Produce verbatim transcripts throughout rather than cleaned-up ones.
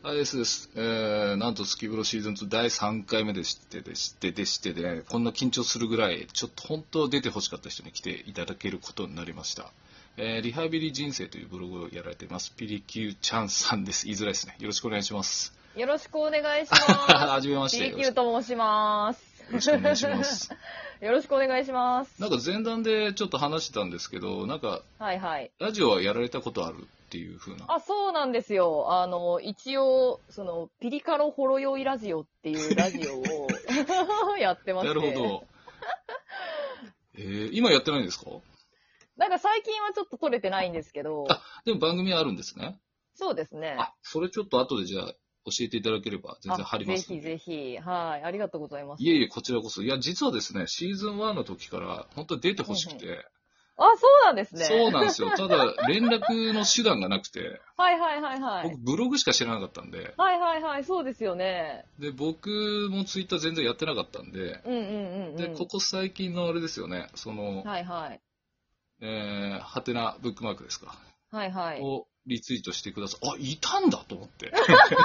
あ、ですです。えー、なんとスキブロシーズンツーだいさんかいめでしてでしてでしてで、ね、こんな緊張するぐらい、ちょっと本当出てほしかった人に来ていただけることになりました。えー、リハビリ人生というブログをやられています、ピリキューちゃんさんです。言いづらいですね。よろしくお願いします。 よろしくお願いします。 はじめまして。 ピリキューと申します。 よろしくお願いします。 よろしくお願いします。 なんか前段でちょっと話してたんですけど、なんか、 はいはい。 ラジオはやられたことあるっていう風な。 あ、そうなんですよ。あの、一応、その、ピリカロほろ酔いラジオっていうラジオをやってまして。 なるほど。えー、今やってないんですか？ なんか最近はちょっと撮れてないんですけど。 あ、でも番組あるんですね。 そうですね。 あ、それちょっと後でじゃあ教えていただければ全然貼ります。 ぜひぜひ。はい。ありがとうございます。 いえいえ、こちらこそ。いや、実はですね、シーズンワンの時から本当に出てほしくて。うんうん、 あ、そうなんですね。 そうなんですよ。ただ、連絡の手段がなくて。 はいはいはいはい。 僕、ブログしか知らなかったんで。 はいはいはい、そうですよね。 で、僕もツイッター全然やってなかったんで。 うんうんうん、うん。 で、ここ最近のあれですよね、その、 はいはい。 えー、ハテナブックマークですか。 はいはい。 をリツイートしてください。あ、いたんだと思って。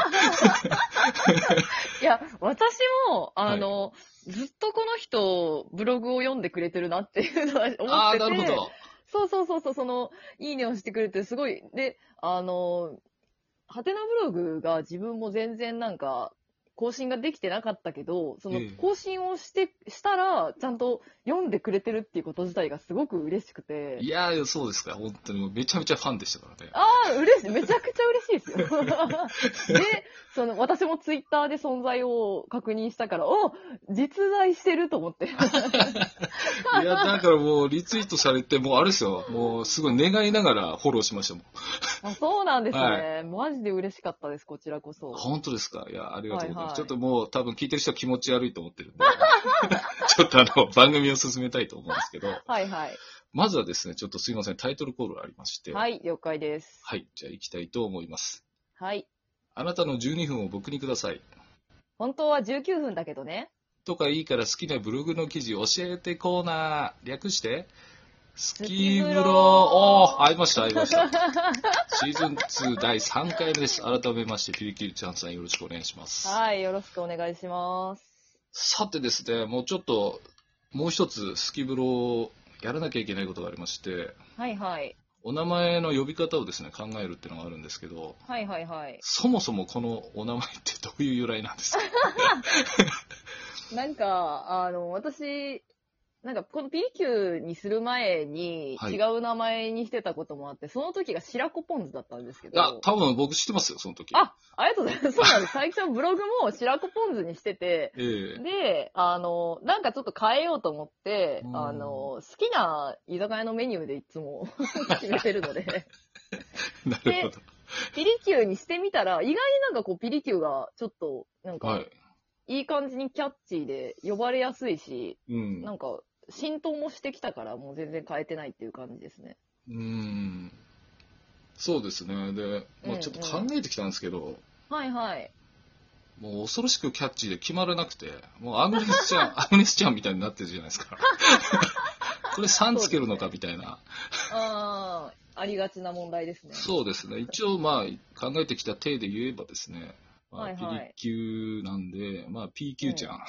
いや、私も、あの、はい、ずっとこの人、ブログを読んでくれてるなっていうのは思ってて。 ああ、なるほど。 そうそうそうそう、その、いいねをしてくれて、すごい、で、あの、ハテナブログが自分も全然なんか、更新ができてなかったけど、その更新をして、えー、したら、ちゃんと読んでくれてるっていうこと自体がすごく嬉しくて。 いやー、そうですか。本当にめちゃめちゃファンでしたからね。 ああ、嬉しい。めちゃくちゃ嬉しいですよ。で、その、私もツイッターで存在を確認したから、お実在してると思って。いや、だからもうリツイートされて、もうあれですよ。もうすごい願いながらフォローしましたもん。 あ、そうなんですね、はい。マジで嬉しかったです、こちらこそ。 本当ですか？いや、ありがとうございます。はいはい、ちょっともう多分聞いてる人は気持ち悪いと思ってるんで、ちょっとあの、番組を進めたいと思うんですけど。 はいはい。 まずはですね、ちょっとすいません、タイトルコールがありまして。 はい、了解です。 はい、じゃあ行きたいと思います。 はい。 あなたのじゅうにふんを僕にください。 本当はじゅうきゅうふんだけどね。 とかいいから好きなブログの記事教えてコーナー。略して、スキブロー。おー、会いました、会いました。シーズンツーだいさんかいめです。改めまして、ピリキューちゃんさんよろしくお願いします。 はい、よろしくお願いします。 さてですね、もうちょっと、もう一つスキブロをやらなきゃいけないことがありまして。 はいはい。 お名前の呼び方をですね、考えるっていうのがあるんですけど。 はいはいはい。 そもそもこのお名前ってどういう由来なんですか？ なんか、あの、私、なんかこのピリキューにする前に違う名前にしてたこともあって、はい、その時が白子ポン酢だったんですけど。 あ、多分僕知ってますよ、その時。 あ、ありがとうございます。そうなんです。最初ブログも白子ポン酢にしてて、ええ、で、あの、なんかちょっと変えようと思って、あの、好きな居酒屋のメニューでいつも決めてるので。 なるほど。 ピリキューにしてみたら、意外になんかこうピリキューがちょっと、なんか、はいいい感じにキャッチーで呼ばれやすいし、うん、なんか浸透もしてきたからもう全然変えてないっていう感じですね。 うーん。そうですね。で、まあ、ちょっと考えてきたんですけど、うんうん、 はいはい。 もう恐ろしくキャッチーで決まらなくて、もうアグネスちゃん、アグネスちゃんみたいになってるじゃないですか。これさんつけるのかみたいな。ね、 ああ、ありがちな問題ですね。 そうですね。一応まあ考えてきた体で言えばですね、まあ、はいはい、ピリキューなんで、まあ、ピーキュー ちゃん。うん、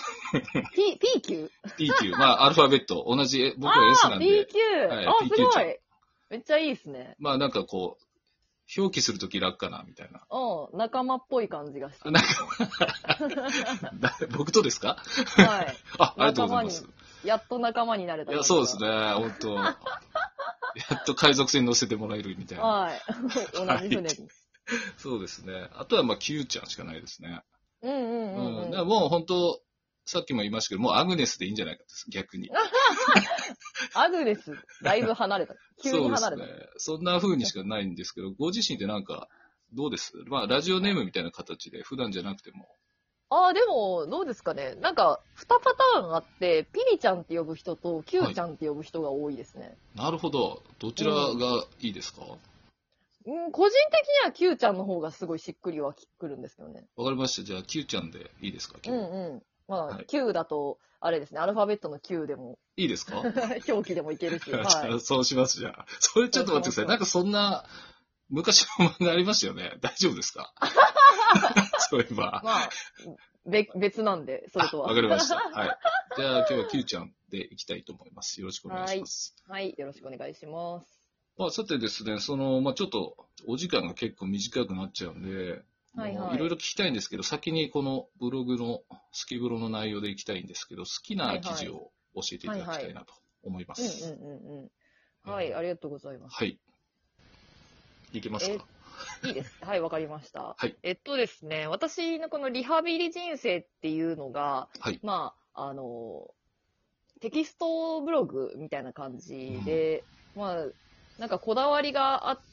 P、ピーキューピーキュー。まあ、アルファベット。同じ、僕は S なんで。 ピーキュー。はい、あ、 ピーキューすごい。めっちゃいいですね。 まあ、なんかこう、表記するとき楽かな、みたいな。 うん、仲間っぽい感じがして。 僕とですか？ はい。 あ、ありがとうございます。 やっと仲間になれた。 いや、そうですね。本当やっと海賊船に乗せてもらえるみたいな。 はい。同じ船に。 そうですね。あとはまあ、キューちゃんしかないですね。 うんうんうん、うん。 うん。だからもう本当、さっきも言いましたけど、もうアグネスでいいんじゃないかです、逆に。 アグネス、だいぶ離れた。急に離れた。 そうですね。そんな風にしかないんですけど、ご自身でなんか、どうです？まあ、ラジオネームみたいな形で、普段じゃなくても。 ああ、でも、どうですかね。なんか、二パターンあって、ピリちゃんって呼ぶ人と、キューちゃんって呼ぶ人が多いですね。 はい、なるほど。どちらがいいですか？ うんうん、個人的にはキューちゃんの方がすごいしっくりはくるんですけどね。 わかりました。じゃあ、キューちゃんでいいですか？ うんうん。まあ、はい、キューだと、あれですね、アルファベットのキューでも。 いいですか？ 表記でもいけるし。はい、 じゃあ、そうします、じゃあ。それちょっと待ってください。なんかそんな、昔の漫画ありましたよね。大丈夫ですか？ そういえば。 まあ、べ別なんで、それとは。 わかりました。はい。じゃあ今日は Q ちゃんでいきたいと思います。よろしくお願いします。 はい。はい、よろしくお願いします。 まあ、さてですね、その、まあ、ちょっとお時間が結構短くなっちゃうんで、 はいはい。 いろいろ聞きたいんですけど、先にこのブログの、スキブロの内容でいきたいんですけど、好きな記事を教えていただきたいなと思います。 うんうんうんうん。はい、ありがとうございます。 はい。いけますか？ いいです。はい、わかりました。 はい。 えっとですね、私のこのリハビリ人生っていうのが、 はい。 まあ、あの、テキストブログみたいな感じで、うん、まあ、なんかこだわりがあって、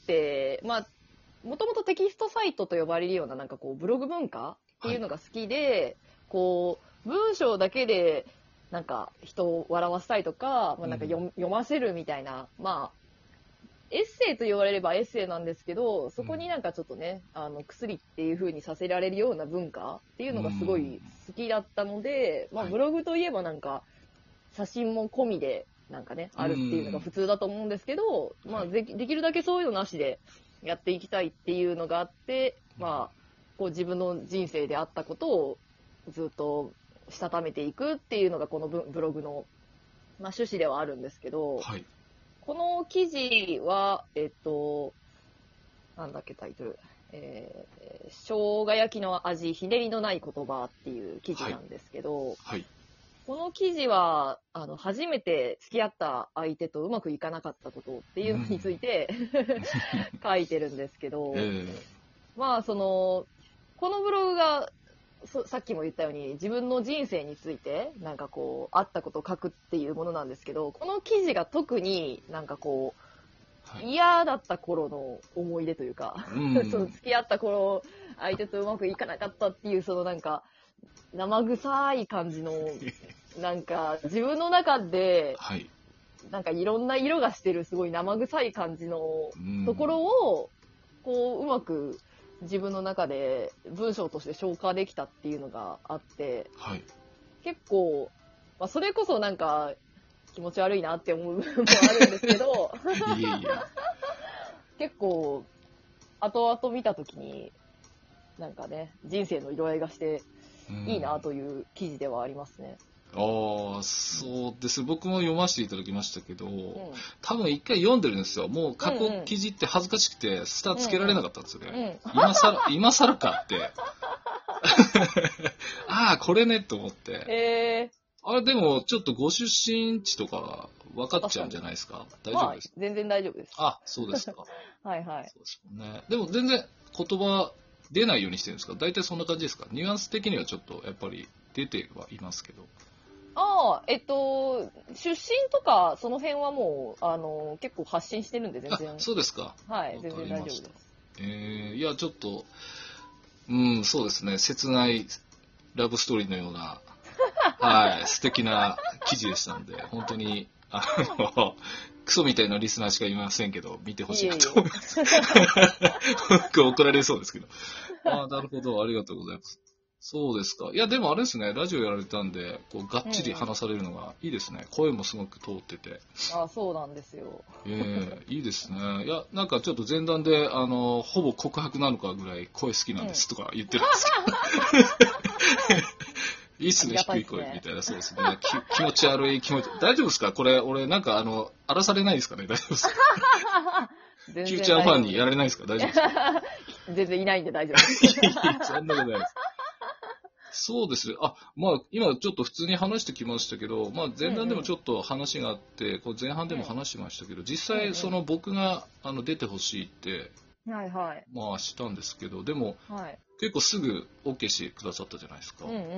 まあ、もともとテキストサイトと呼ばれるようななんかこうブログ文化っていうのが好きで、はい、こう、文章だけでなんか人を笑わせたいとか、まあ、なんか読、うん、読ませるみたいな、まあ、エッセイと言われればエッセイなんですけど、そこになんかちょっとね、あの、薬っていう風にさせられるような文化っていうのがすごい好きだったので、まあ、ブログといえばなんか、写真も込みで、なんかね、あるっていうのが普通だと思うんですけど、まあで、できるだけそういうのなしでやっていきたいっていうのがあって、まあ、こう自分の人生であったことをずっとしたためていくっていうのがこのブログの、まあ、趣旨ではあるんですけど、はい、この記事は、えっと、なんだっけタイトル、えー、生姜焼きの味、ひねりのない言葉っていう記事なんですけど、はいはい、この記事は、あの、初めて付き合った相手とうまくいかなかったことっていうのについて、うん、書いてるんですけど、えー、まあ、その、このブログが、さっきも言ったように自分の人生についてなんかこうあったことを書くっていうものなんですけど、この記事が特になんかこう、はい、嫌だった頃の思い出というか、うん、その付き合った頃相手とうまくいかなかったっていうそのなんか生臭い感じのなんか自分の中で、はい、なんかいろんな色がしてるすごい生臭い感じのところをこううまく自分の中で文章として消化できたっていうのがあって、はい、結構、まあ、それこそなんか気持ち悪いなって思う部分もあるんですけどいやいや結構後々見た時になんかね人生の色合いがしていいなという記事ではありますね。 ああ、そうです。僕も読ませていただきましたけど、うん、多分一回読んでるんですよ。もう過去記事って恥ずかしくて、スターつけられなかったんですよね。うんうん、今更、今更かって。ああ、これね、と思って。えー、あれ、でも、ちょっとご出身地とか分かっちゃうんじゃないですか。大丈夫ですか、 まあ、全然大丈夫です。 あ、そうですか。 はいはい。 そうですね。でも、全然言葉出ないようにしてるんですか？大体そんな感じですか？ニュアンス的にはちょっと、やっぱり出てはいますけど。 ああ、えっと、出身とか、その辺はもう、あの、結構発信してるんで、全然。 そうですか。 はい、全然大丈夫です。 えー、いや、ちょっと、うん、そうですね、切ないラブストーリーのような、はい、素敵な記事でしたので、本当に、あの、クソみたいなリスナーしかいませんけど、見てほしいなと思います。僕怒られそうですけど。ああ、なるほど、ありがとうございます。そうですか。いや、でもあれですね、ラジオやられたんで、こう、がっちり話されるのがいいですね。うんうん、声もすごく通ってて。 あ、そうなんですよ。 ええー、いいですね。いや、なんかちょっと前段で、あの、ほぼ告白なのかぐらい声好きなんですとか言ってるんですけど。いいっすね、低い声みたいな、そうですね。気持ち悪い気持ち。大丈夫ですかこれ、俺、なんか、あの、荒らされないですかね大丈夫ですかキューちゃんファンにやられないですか大丈夫ですか全然いないんで大丈夫です。 そんなことないです。そうです。あ、まあ、今ちょっと普通に話してきましたけど、まあ、前段でもちょっと話があって、こう前半でも話しましたけど、実際、その僕があの出てほしいって、 はいはい。 まあ、したんですけど、でも、はい、結構すぐ OK してくださったじゃないですか。うんうんうんうん。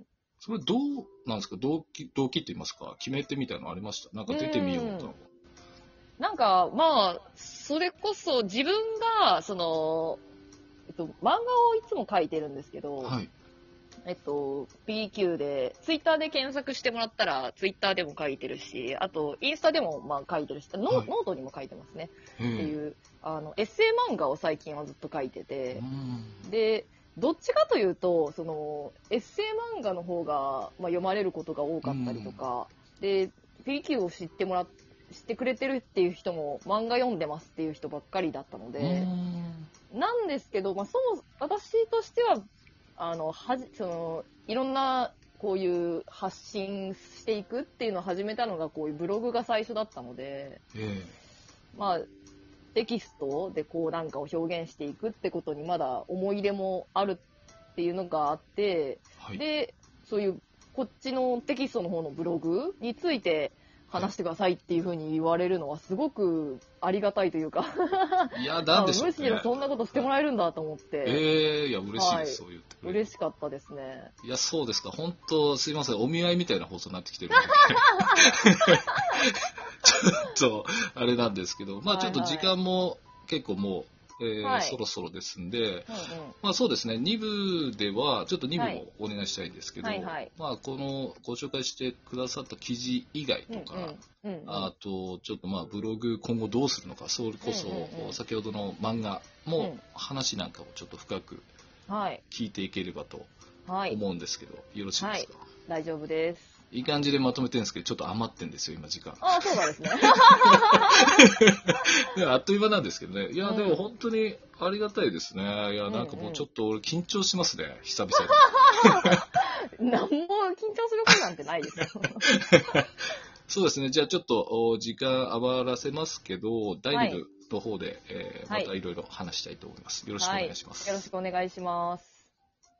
それどうなんですか動機、動機って言いますか決め手みたいなのありましたなんか出てみようと。 なんか、まあ、それこそ自分が、その、えっと、漫画をいつも描いてるんですけど、はい。えっと、ピーキュー で、ツイッターで検索してもらったら、ツイッターでも書いてるし、あと、インスタでもまあ書いてるし、ノ,、はい、ノートにも書いてますね。っていう、あの、エッセイ漫画を最近はずっと書いてて、で、どっちかというと、その、エッセイ漫画の方が、まあ、読まれることが多かったりとか、で、ピーキュー を知ってもらっ知ってくれてるっていう人も漫画読んでますっていう人ばっかりだったので、なんですけど、まあ、そう、私としては、 あの、はじ、その、いろんな、こういう発信していくっていうのを始めたのが、こういうブログが最初だったので、 えまあ、テキストでこうなんかを表現していくってことにまだ思い入れもあるっていうのがあって、 はい、 で、そういう、こっちのテキストの方のブログについて話してくださいっていうふうに言われるのはすごくありがたいというかいや、なんでしょうね。 むしろそんなことしてもらえるんだと思って。 ええー、いや、嬉しいです、はい、そう言ってくれる。 嬉しかったですね。 いや、そうですか。本当、すいません。お見合いみたいな放送になってきてるんで。ちょっと、あれなんですけど、まあちょっと時間も結構もう、えーはい、そろそろですんで、うんうん、まあそうですね、にぶでは、ちょっとにぶもお願いしたいんですけど、はいはいはい、まあこのご紹介してくださった記事以外とか、うんうんうんうん、あと、ちょっとまあブログ今後どうするのか、それこそ、うんうん、先ほどの漫画も話なんかをちょっと深く聞いていければと思うんですけど、はい、よろしいですか？ はい、大丈夫です。 いい感じでまとめてるんですけど、ちょっと余ってんですよ、今時間。 ああ、そうなんですね。 あっという間なんですけどね。いや、うん、でも本当にありがたいですね。いや、なんかもうちょっと俺緊張しますね、うんうん、久々 に。何も緊張することなんてないですよ。 そうですね。じゃあちょっと時間余らせますけど、だいにぶの方で、はい、えー、またいろいろ話したいと思います。よろしくお願いします、 はい。よろしくお願いします。